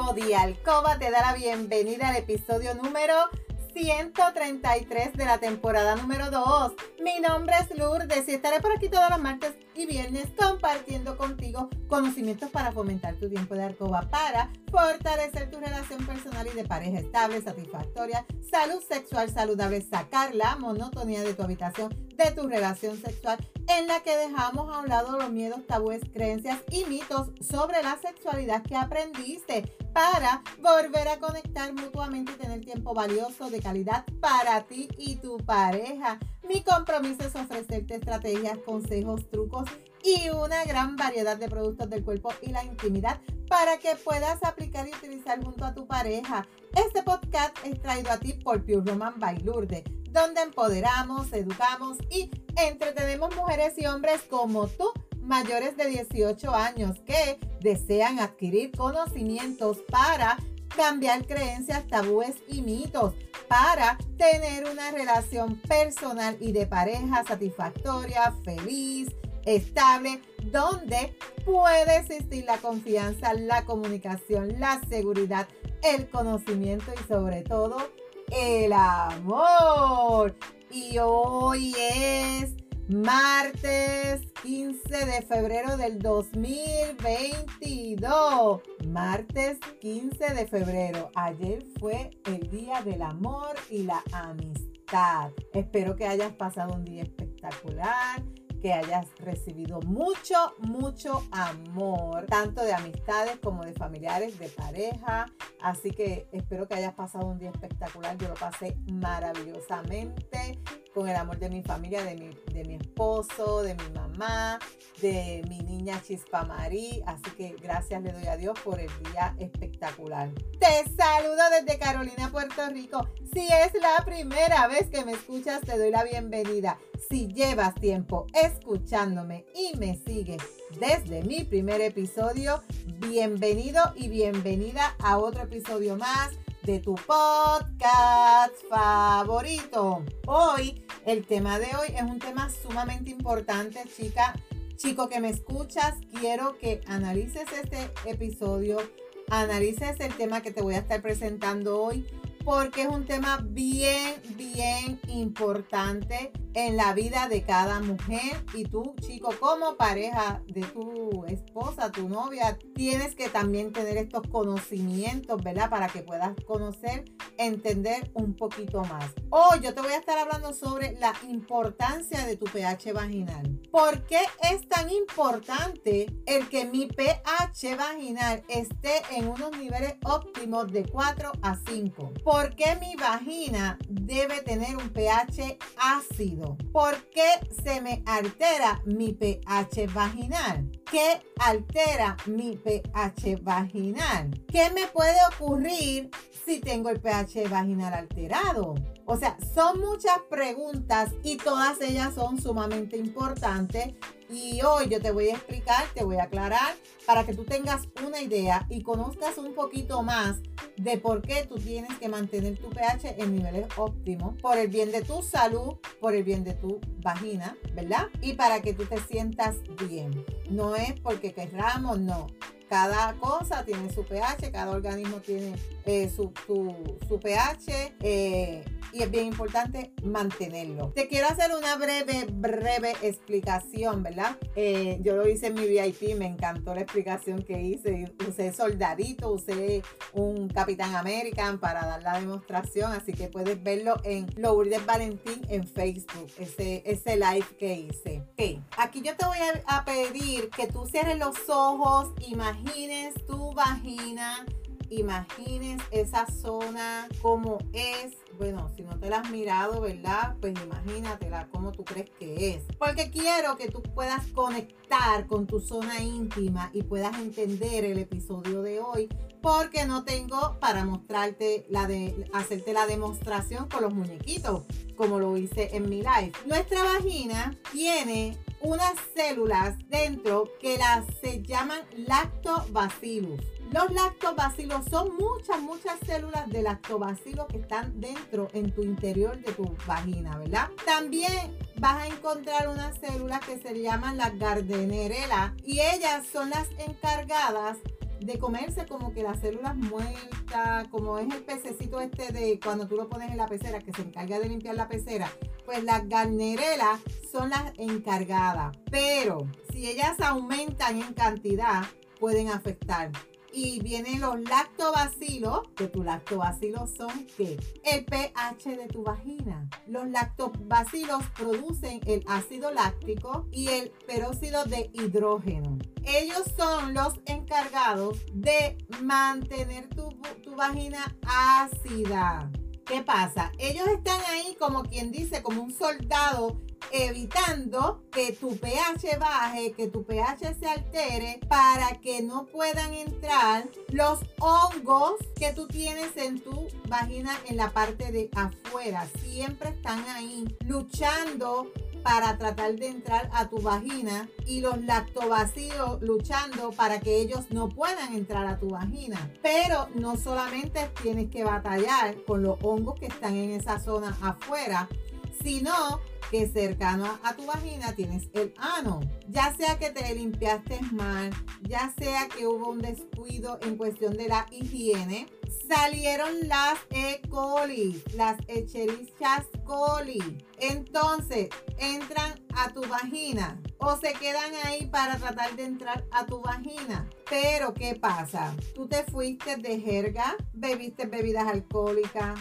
Modi Alcoba te da la bienvenida al episodio número 133 de la temporada número 2. Mi nombre es Lourdes y estaré por aquí todos los martes y viernes compartiendo contigo conocimientos para fomentar tu tiempo de alcoba, para fortalecer tu relación personal y de pareja estable, satisfactoria, salud sexual saludable, sacar la monotonía de tu habitación, de tu relación sexual, en la que dejamos a un lado los miedos, tabúes, creencias y mitos sobre la sexualidad que aprendiste, para volver a conectar mutuamente y tener tiempo valioso de calidad para ti y tu pareja. Mi compromiso es ofrecerte estrategias, consejos, trucos y una gran variedad de productos del cuerpo y la intimidad para que puedas aplicar y utilizar junto a tu pareja. Este podcast es traído a ti por Pure Romance by Lourdes, donde empoderamos, educamos y entretenemos mujeres y hombres como tú, mayores de 18 años, que desean adquirir conocimientos para cambiar creencias, tabúes y mitos, para tener una relación personal y de pareja satisfactoria, feliz, estable, donde puede existir la confianza, la comunicación, la seguridad, el conocimiento y sobre todo el amor. Y hoy es martes 15 de febrero del 2022. Martes 15 de febrero. Ayer fue el día del amor y la amistad. Espero que hayas pasado un día espectacular, que hayas recibido mucho amor, tanto de amistades como de familiares, de pareja. Así que espero que hayas pasado un día espectacular. Yo lo pasé maravillosamente con el amor de mi familia, de mi esposo, de mi mamá, de mi niña Chispa Marí. Así que gracias le doy a Dios por el día espectacular. Te saludo desde Carolina, Puerto Rico. Si es la primera vez que me escuchas, te doy la bienvenida. Si llevas tiempo escuchándome y me sigues desde mi primer episodio, bienvenido y bienvenida a otro episodio más de tu podcast favorito. Hoy, el tema de hoy es un tema sumamente importante, chico que me escuchas. Quiero que analices este episodio, analices el tema que te voy a estar presentando hoy, porque es un tema bien importante en la vida de cada mujer. Y tú, chico, como pareja de tu esposa, tu novia, tienes que también tener estos conocimientos, ¿verdad? Para que puedas conocer, entender un poquito más. Hoy yo te voy a estar hablando sobre la importancia de tu pH vaginal. ¿Por qué es tan importante el que mi pH vaginal esté en unos niveles óptimos de 4 a 5? ¿Por qué mi vagina debe tener un pH ácido? ¿Por qué se me altera mi pH vaginal? ¿Qué altera mi pH vaginal? ¿Qué me puede ocurrir si tengo el pH vaginal alterado? O sea, son muchas preguntas y todas ellas son sumamente importantes. Y hoy yo te voy a explicar, te voy a aclarar para que tú tengas una idea y conozcas un poquito más de por qué tú tienes que mantener tu pH en niveles óptimos por el bien de tu salud, por el bien de tu vagina, ¿verdad? Y para que tú te sientas bien. No es porque querramos, no. Cada cosa tiene su pH, cada organismo tiene su pH y es bien importante mantenerlo. Te quiero hacer una breve explicación, ¿verdad? Yo lo hice en mi VIP, me encantó la explicación que hice. Usé soldadito, usé un Capitán American para dar la demostración, así que puedes verlo en Lourdes Valentín en Facebook, ese live que hice. Okay. Aquí yo te voy a pedir que tú cierres los ojos, imagines tu vagina, imagines esa zona como es. Bueno, si no te la has mirado, ¿verdad? Pues imagínatela como tú crees que es. Porque quiero que tú puedas conectar con tu zona íntima y puedas entender el episodio de hoy. Porque no tengo para mostrarte hacerte la demostración con los muñequitos, como lo hice en mi live. Nuestra vagina tiene unas células dentro que se llaman lactobacillus. Los lactobacilos son muchas células de lactobacilos que están dentro en tu interior de tu vagina, ¿verdad? También vas a encontrar unas células que se llaman las Gardnerella y ellas son las encargadas de comerse como que las células muertas, como es el pececito este de cuando tú lo pones en la pecera, que se encarga de limpiar la pecera, pues las Gardnerella son las encargadas. Pero si ellas aumentan en cantidad, pueden afectar. Y vienen los lactobacilos, que tus lactobacilos son ¿qué? El pH de tu vagina. Los lactobacilos producen el ácido láctico y el peróxido de hidrógeno. Ellos son los encargados de mantener tu vagina ácida. ¿Qué pasa? Ellos están ahí como quien dice, como un soldado, evitando que tu pH baje, que tu pH se altere, para que no puedan entrar los hongos que tú tienes en tu vagina en la parte de afuera. Siempre están ahí luchando para tratar de entrar a tu vagina, y los lactobacilos luchando para que ellos no puedan entrar a tu vagina. Pero no solamente tienes que batallar con los hongos que están en esa zona afuera, sino que cercano a tu vagina tienes el ano. Ya sea que te limpiaste mal, ya sea que hubo un descuido en cuestión de la higiene, salieron las E. coli, las Escherichia coli. Entonces entran a tu vagina o se quedan ahí para tratar de entrar a tu vagina. Pero ¿qué pasa? Tú te fuiste de jerga, bebiste bebidas alcohólicas,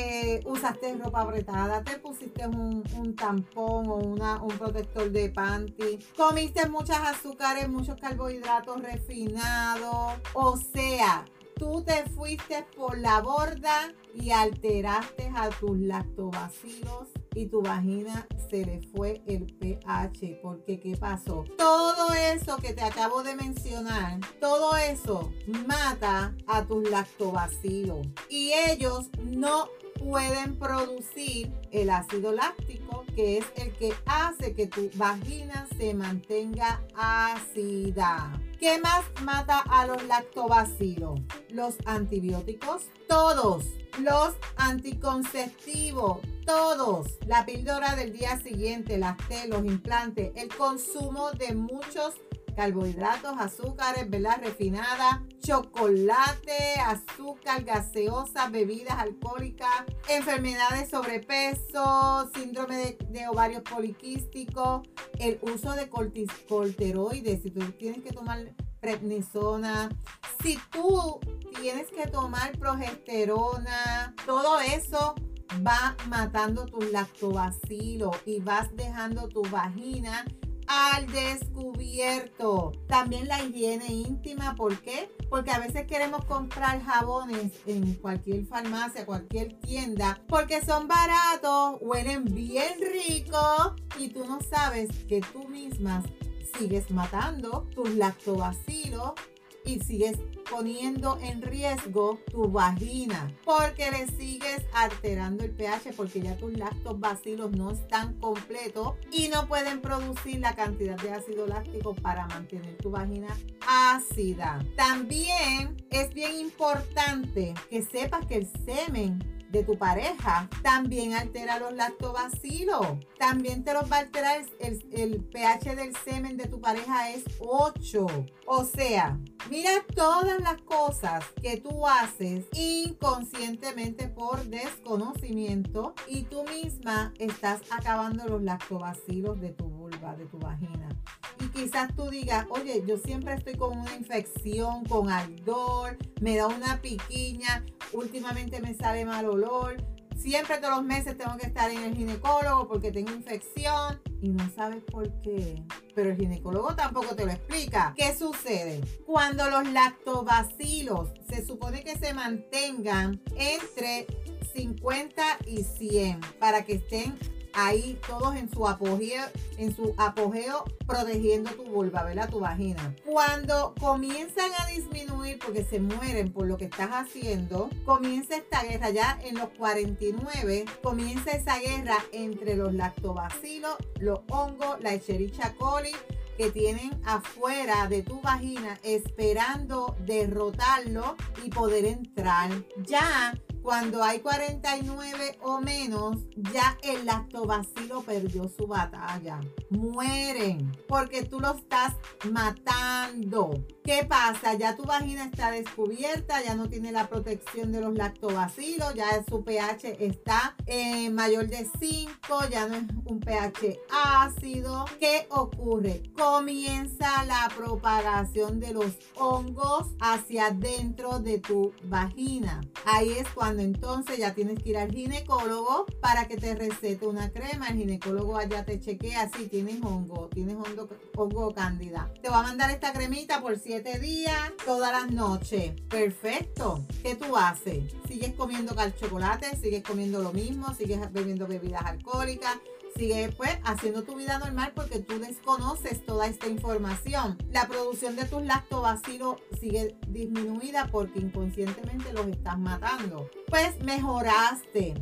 usaste ropa apretada, te pusiste un tampón o un protector de panty, comiste muchas azúcares, muchos carbohidratos refinados. O sea, tú te fuiste por la borda y alteraste a tus lactobacilos y tu vagina se le fue el pH. Porque ¿qué pasó? Todo eso que te acabo de mencionar, todo eso mata a tus lactobacilos y ellos no pueden producir el ácido láctico, que es el que hace que tu vagina se mantenga ácida. ¿Qué más mata a los lactobacilos? Los antibióticos, todos. Los anticonceptivos, todos. La píldora del día siguiente, las T, los implantes, el consumo de muchos carbohidratos, azúcares, ¿verdad? Refinadas, chocolate, azúcar, gaseosa, bebidas alcohólicas, enfermedades, sobrepeso, síndrome de ovarios poliquísticos, el uso de corticosteroides. Si tú tienes que tomar prednisona, si tú tienes que tomar progesterona, todo eso va matando tus lactobacilos y vas dejando tu vagina al descubierto. También la higiene íntima. ¿Por qué? Porque a veces queremos comprar jabones en cualquier farmacia, cualquier tienda, porque son baratos, huelen bien rico y tú no sabes que tú misma sigues matando tus lactobacilos y sigues poniendo en riesgo tu vagina porque le sigues alterando el pH, porque ya tus lactobacilos no están completos y no pueden producir la cantidad de ácido láctico para mantener tu vagina ácida. También es bien importante que sepas que el semen de tu pareja también altera los lactobacilos. También te los va a alterar. El pH del semen de tu pareja es 8. O sea, mira todas las cosas que tú haces inconscientemente por desconocimiento y tú misma estás acabando los lactobacilos de tu vulva, de tu vagina. Y quizás tú digas, oye, yo siempre estoy con una infección, con ardor, me da una piquiña, últimamente me sale mal olor, siempre todos los meses tengo que estar en el ginecólogo porque tengo infección y no sabes por qué. Pero el ginecólogo tampoco te lo explica. ¿Qué sucede? Cuando los lactobacilos se supone que se mantengan entre 50 y 100 para que estén ahí todos en su apogeo protegiendo tu vulva, ¿verdad? Tu vagina. Cuando comienzan a disminuir porque se mueren por lo que estás haciendo, comienza esta guerra ya en los 49, comienza esa guerra entre los lactobacilos, los hongos, la Escherichia coli, que tienen afuera de tu vagina esperando derrotarlo y poder entrar. Ya cuando hay 49 o menos, ya el lactobacilo perdió su batalla. Mueren porque tú lo estás matando. cuando, ¿qué pasa? Ya tu vagina está descubierta, ya no tiene la protección de los lactobacilos, ya su pH está mayor de 5, ya no es un pH ácido. ¿Qué ocurre? Comienza la propagación de los hongos hacia adentro de tu vagina. Ahí es cuando entonces ya tienes que ir al ginecólogo para que te recete una crema. El ginecólogo allá te chequea si tienes hongo cándida. Te va a mandar esta cremita por 7 días, todas las noches. Perfecto. ¿Qué tú haces? ¿Sigues comiendo chocolate? ¿Sigues comiendo lo mismo? ¿Sigues bebiendo bebidas alcohólicas? Sigue pues haciendo tu vida normal porque tú desconoces toda esta información. La producción de tus lactobacilos sigue disminuida porque inconscientemente los estás matando. Pues mejoraste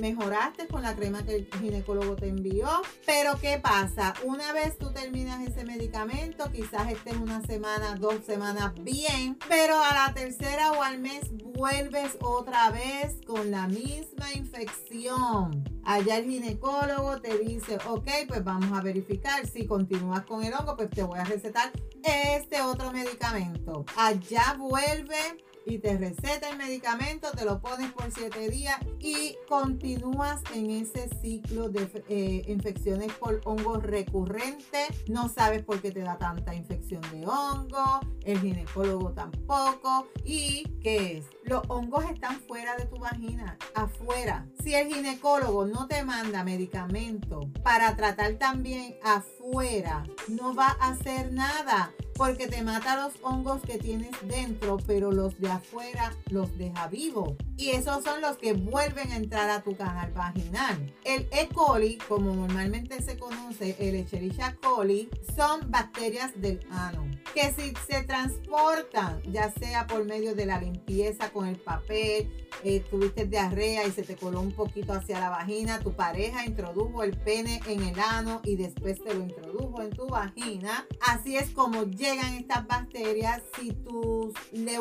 con la crema que el ginecólogo te envió, pero ¿qué pasa? Una vez tú terminas ese medicamento, quizás estés una semana, 2 semanas bien, pero a la tercera o al mes vuelves otra vez con la misma infección. Allá el ginecólogo te dice, ok, pues vamos a verificar. Si continúas con el hongo, pues te voy a recetar este otro medicamento. Allá vuelve y te receta el medicamento, te lo pones por 7 días y continúas en ese ciclo de infecciones por hongos recurrentes. No sabes por qué te da tanta infección de hongo, el ginecólogo tampoco. ¿Y qué es? Los hongos están fuera de tu vagina, afuera. Si el ginecólogo no te manda medicamento para tratar también afuera, no va a hacer nada, porque te mata los hongos que tienes dentro, pero los de afuera los deja vivos. Y esos son los que vuelven a entrar a tu canal vaginal. El E. coli, como normalmente se conoce, el Escherichia coli, son bacterias del ano, que si se transportan, ya sea por medio de la limpieza con el papel, tuviste diarrea y se te coló un poquito hacia la vagina, tu pareja introdujo el pene en el ano y después te lo introdujo en tu vagina. Así es como llegan estas bacterias. Si tus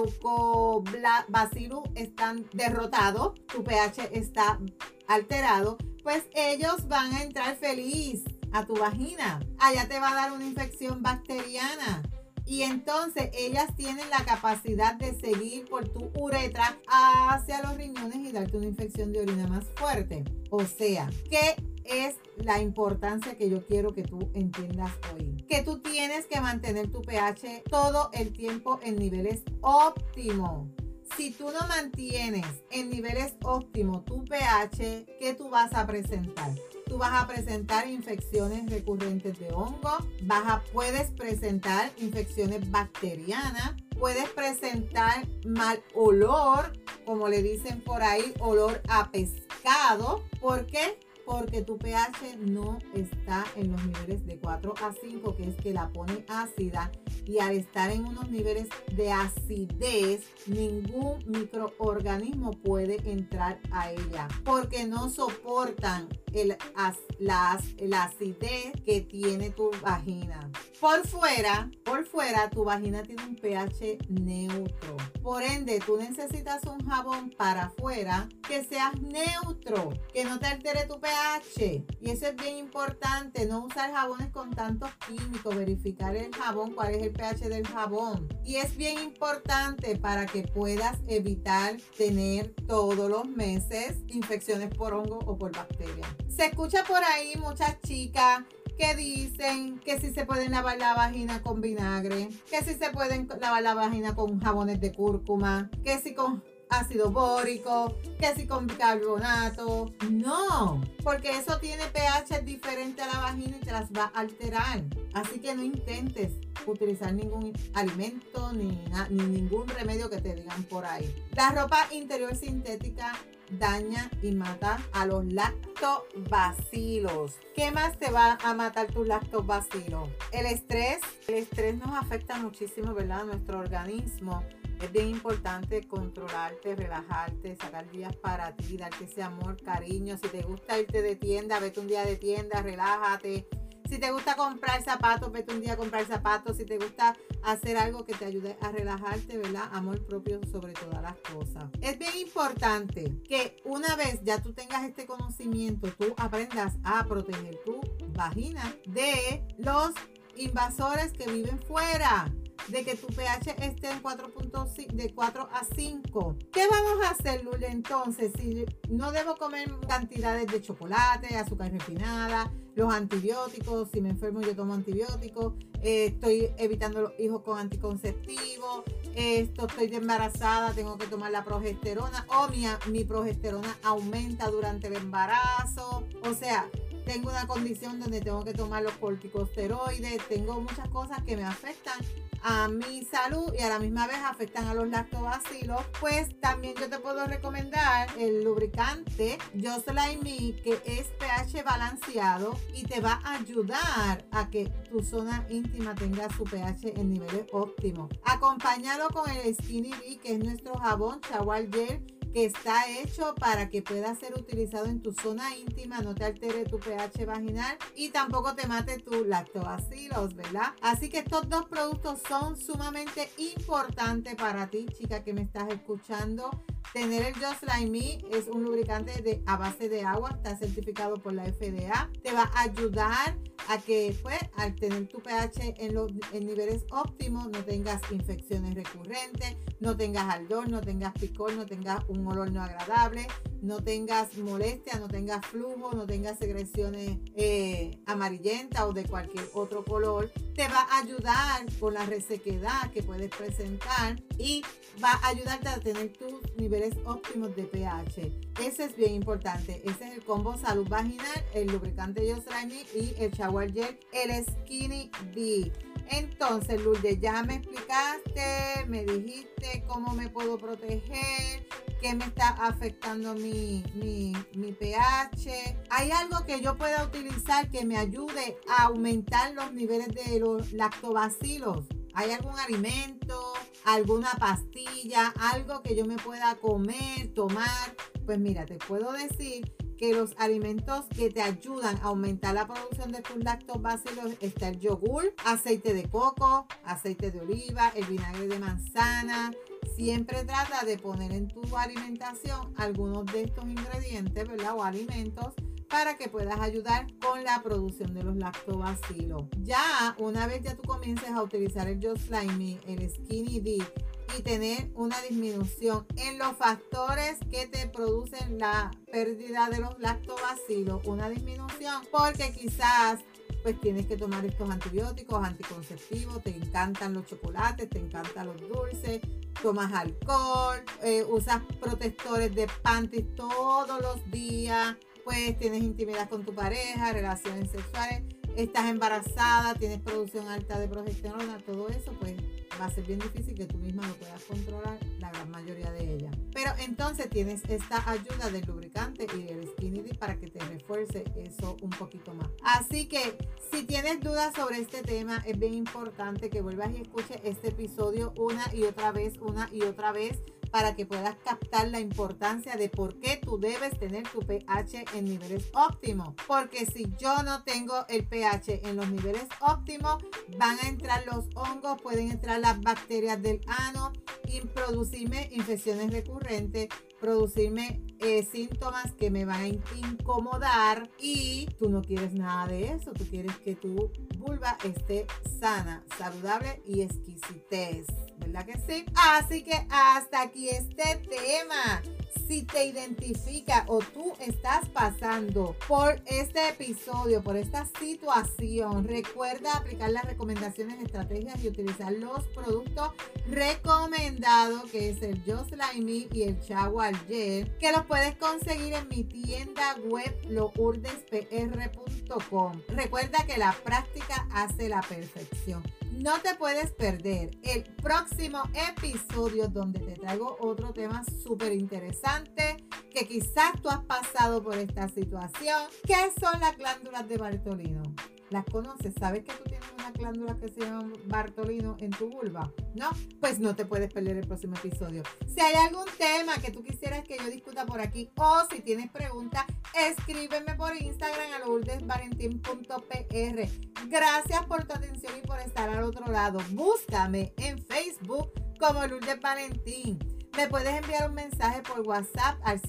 leucobacillus están derrotados, tu pH está alterado, pues ellos van a entrar feliz a tu vagina. Allá te va a dar una infección bacteriana. Y entonces ellas tienen la capacidad de seguir por tu uretra hacia los riñones y darte una infección de orina más fuerte. O sea, ¿qué es la importancia que yo quiero que tú entiendas hoy? Que tú tienes que mantener tu pH todo el tiempo en niveles óptimos. Si tú no mantienes en niveles óptimos tu pH, ¿qué tú vas a presentar? Tú vas a presentar infecciones recurrentes de hongo, puedes presentar infecciones bacterianas, puedes presentar mal olor, como le dicen por ahí, olor a pescado. ¿Por qué? Porque tu pH no está en los niveles de 4 a 5, que es que la pone ácida, y al estar en unos niveles de acidez, ningún microorganismo puede entrar a ella, porque no soportan la acidez que tiene tu vagina. Por fuera, tu vagina tiene un pH neutro. Por ende, tú necesitas un jabón para afuera que sea neutro, que no te altere tu pH. Y eso es bien importante, no usar jabones con tantos químicos, verificar el jabón, cuál es el pH del jabón. Y es bien importante para que puedas evitar tener todos los meses infecciones por hongo o por bacterias. Se escucha por ahí muchas chicas que dicen que si se pueden lavar la vagina con vinagre, que si se pueden lavar la vagina con jabones de cúrcuma, que si con ácido bórico, que si con bicarbonato. No, porque eso tiene pH diferente a la vagina y te las va a alterar. Así que no intentes utilizar ningún alimento ni ningún remedio que te digan por ahí. La ropa interior sintética daña y mata a los lactobacilos. ¿Qué más te va a matar tus lactobacilos? El estrés nos afecta muchísimo, ¿verdad? Nuestro organismo. Es bien importante controlarte, relajarte, sacar días para ti, darte ese amor, cariño. Si te gusta irte de tienda, vete un día de tienda, relájate. Si te gusta comprar zapatos, vete un día a comprar zapatos. Si te gusta hacer algo que te ayude a relajarte, ¿verdad? Amor propio sobre todas las cosas. Es bien importante que una vez ya tú tengas este conocimiento, tú aprendas a proteger tu vagina de los invasores que viven fuera. de que tu pH esté en 4.5, de 4 a 5. ¿Qué vamos a hacer, Lourdes? Entonces, si no debo comer cantidades de chocolate, azúcar refinada, los antibióticos, si me enfermo yo tomo antibióticos, estoy evitando los hijos con anticonceptivos, estoy embarazada, tengo que tomar la progesterona, o mi progesterona aumenta durante el embarazo, o sea, tengo una condición donde tengo que tomar los corticosteroides, tengo muchas cosas que me afectan a mi salud y a la misma vez afectan a los lactobacilos. Pues también yo te puedo recomendar el lubricante Just Like Me, que es pH balanceado y te va a ayudar a que tu zona íntima tenga su pH en niveles óptimos, acompañado con el Skinny D, que es nuestro jabón shower gel, que está hecho para que pueda ser utilizado en tu zona íntima, no te altere tu pH vaginal y tampoco te mate tus lactobacilos, ¿verdad? Así que estos dos productos son sumamente importantes para ti, chica que me estás escuchando. Tener el Just Like Me es un lubricante a base de agua, está certificado por la FDA. Te va a ayudar a que, pues, al tener tu pH en niveles óptimos, no tengas infecciones recurrentes, no tengas ardor, no tengas picor, no tengas un olor no agradable, no tengas molestia, no tengas flujo, no tengas secreciones amarillentas o de cualquier otro color. Te va a ayudar con la resequedad que puedes presentar y va a ayudarte a tener tus niveles óptimos de pH. Eso es bien importante. Ese es el combo salud vaginal, el lubricante Just Like Me y el shower gel, el Skinny D. Entonces, Lourdes, ya me explicaste, me dijiste cómo me puedo proteger, qué me está afectando mi pH. ¿Hay algo que yo pueda utilizar que me ayude a aumentar los niveles de los lactobacilos? ¿Hay algún alimento, alguna pastilla, algo que yo me pueda comer, tomar? Pues mira, te puedo decir que los alimentos que te ayudan a aumentar la producción de tus lactobacilos está el yogur, aceite de coco, aceite de oliva, el vinagre de manzana. Siempre trata de poner en tu alimentación algunos de estos ingredientes, ¿verdad? O alimentos para que puedas ayudar con la producción de los lactobacilos. Ya una vez ya tú comiences a utilizar el Just Like Me, el Skinny D, y tener una disminución en los factores que te producen la pérdida de los lactobacilos, una disminución porque quizás pues tienes que tomar estos antibióticos, anticonceptivos, te encantan los chocolates, te encantan los dulces, tomas alcohol, usas protectores de panties todos los días, pues tienes intimidad con tu pareja, relaciones sexuales, estás embarazada, tienes producción alta de progesterona, todo eso pues va a ser bien difícil que tú misma lo puedas controlar, la gran mayoría de ellas. Pero entonces tienes esta ayuda del lubricante y del Skinny D para que te refuerce eso un poquito más. Así que si tienes dudas sobre este tema, es bien importante que vuelvas y escuches este episodio una y otra vez para que puedas captar la importancia de por qué tú debes tener tu pH en niveles óptimos. Porque si yo no tengo el pH en los niveles óptimos, van a entrar los hongos, pueden entrar las bacterias del ano y producirme infecciones recurrentes, producirme síntomas que me van a incomodar y tú no quieres nada de eso. Tú quieres que tu vulva esté sana, saludable y exquisitez, ¿verdad que sí? Así que hasta aquí este tema. Si te identifica o tú estás pasando por este episodio, por esta situación, recuerda aplicar las recomendaciones, estrategias y utilizar los productos recomendados, que es el Just Like Me y el Shower Gel, que los puedes conseguir en mi tienda web lourdespr.com. Recuerda que la práctica hace la perfección. No te puedes perder el próximo episodio donde te traigo otro tema súper interesante que quizás tú has pasado por esta situación. ¿Qué son las glándulas de Bartolino? ¿Las conoces? ¿Sabes que tú tienes una glándula que se llama Bartolino en tu vulva? ¿No? Pues no te puedes perder el próximo episodio. Si hay algún tema que tú quisieras que yo discuta por aquí o si tienes preguntas, escríbeme por Instagram a lourdesvalentin.pr. Gracias por tu atención y por estar al otro lado. Búscame en Facebook como Lourdes Valentín. Me puedes enviar un mensaje por WhatsApp al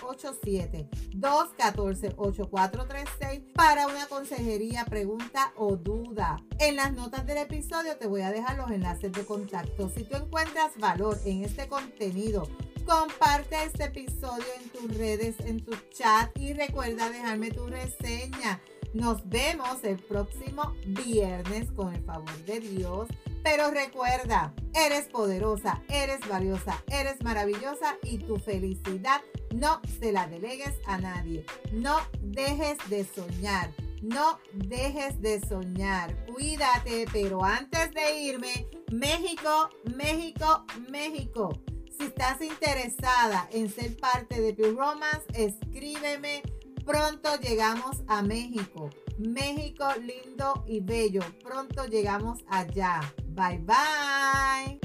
787-214-8436 para una consejería, pregunta o duda. En las notas del episodio te voy a dejar los enlaces de contacto. Si tú encuentras valor en este contenido, comparte este episodio en tus redes, en tu chat y recuerda dejarme tu reseña. Nos vemos el próximo viernes con el favor de Dios. Pero recuerda, eres poderosa, eres valiosa, eres maravillosa y tu felicidad no se la delegues a nadie. No dejes de soñar. No dejes de soñar. Cuídate, pero antes de irme, México, México, México. Si estás interesada en ser parte de Pure Romance, escríbeme. Pronto llegamos a México. México lindo y bello. Pronto llegamos allá. Bye bye.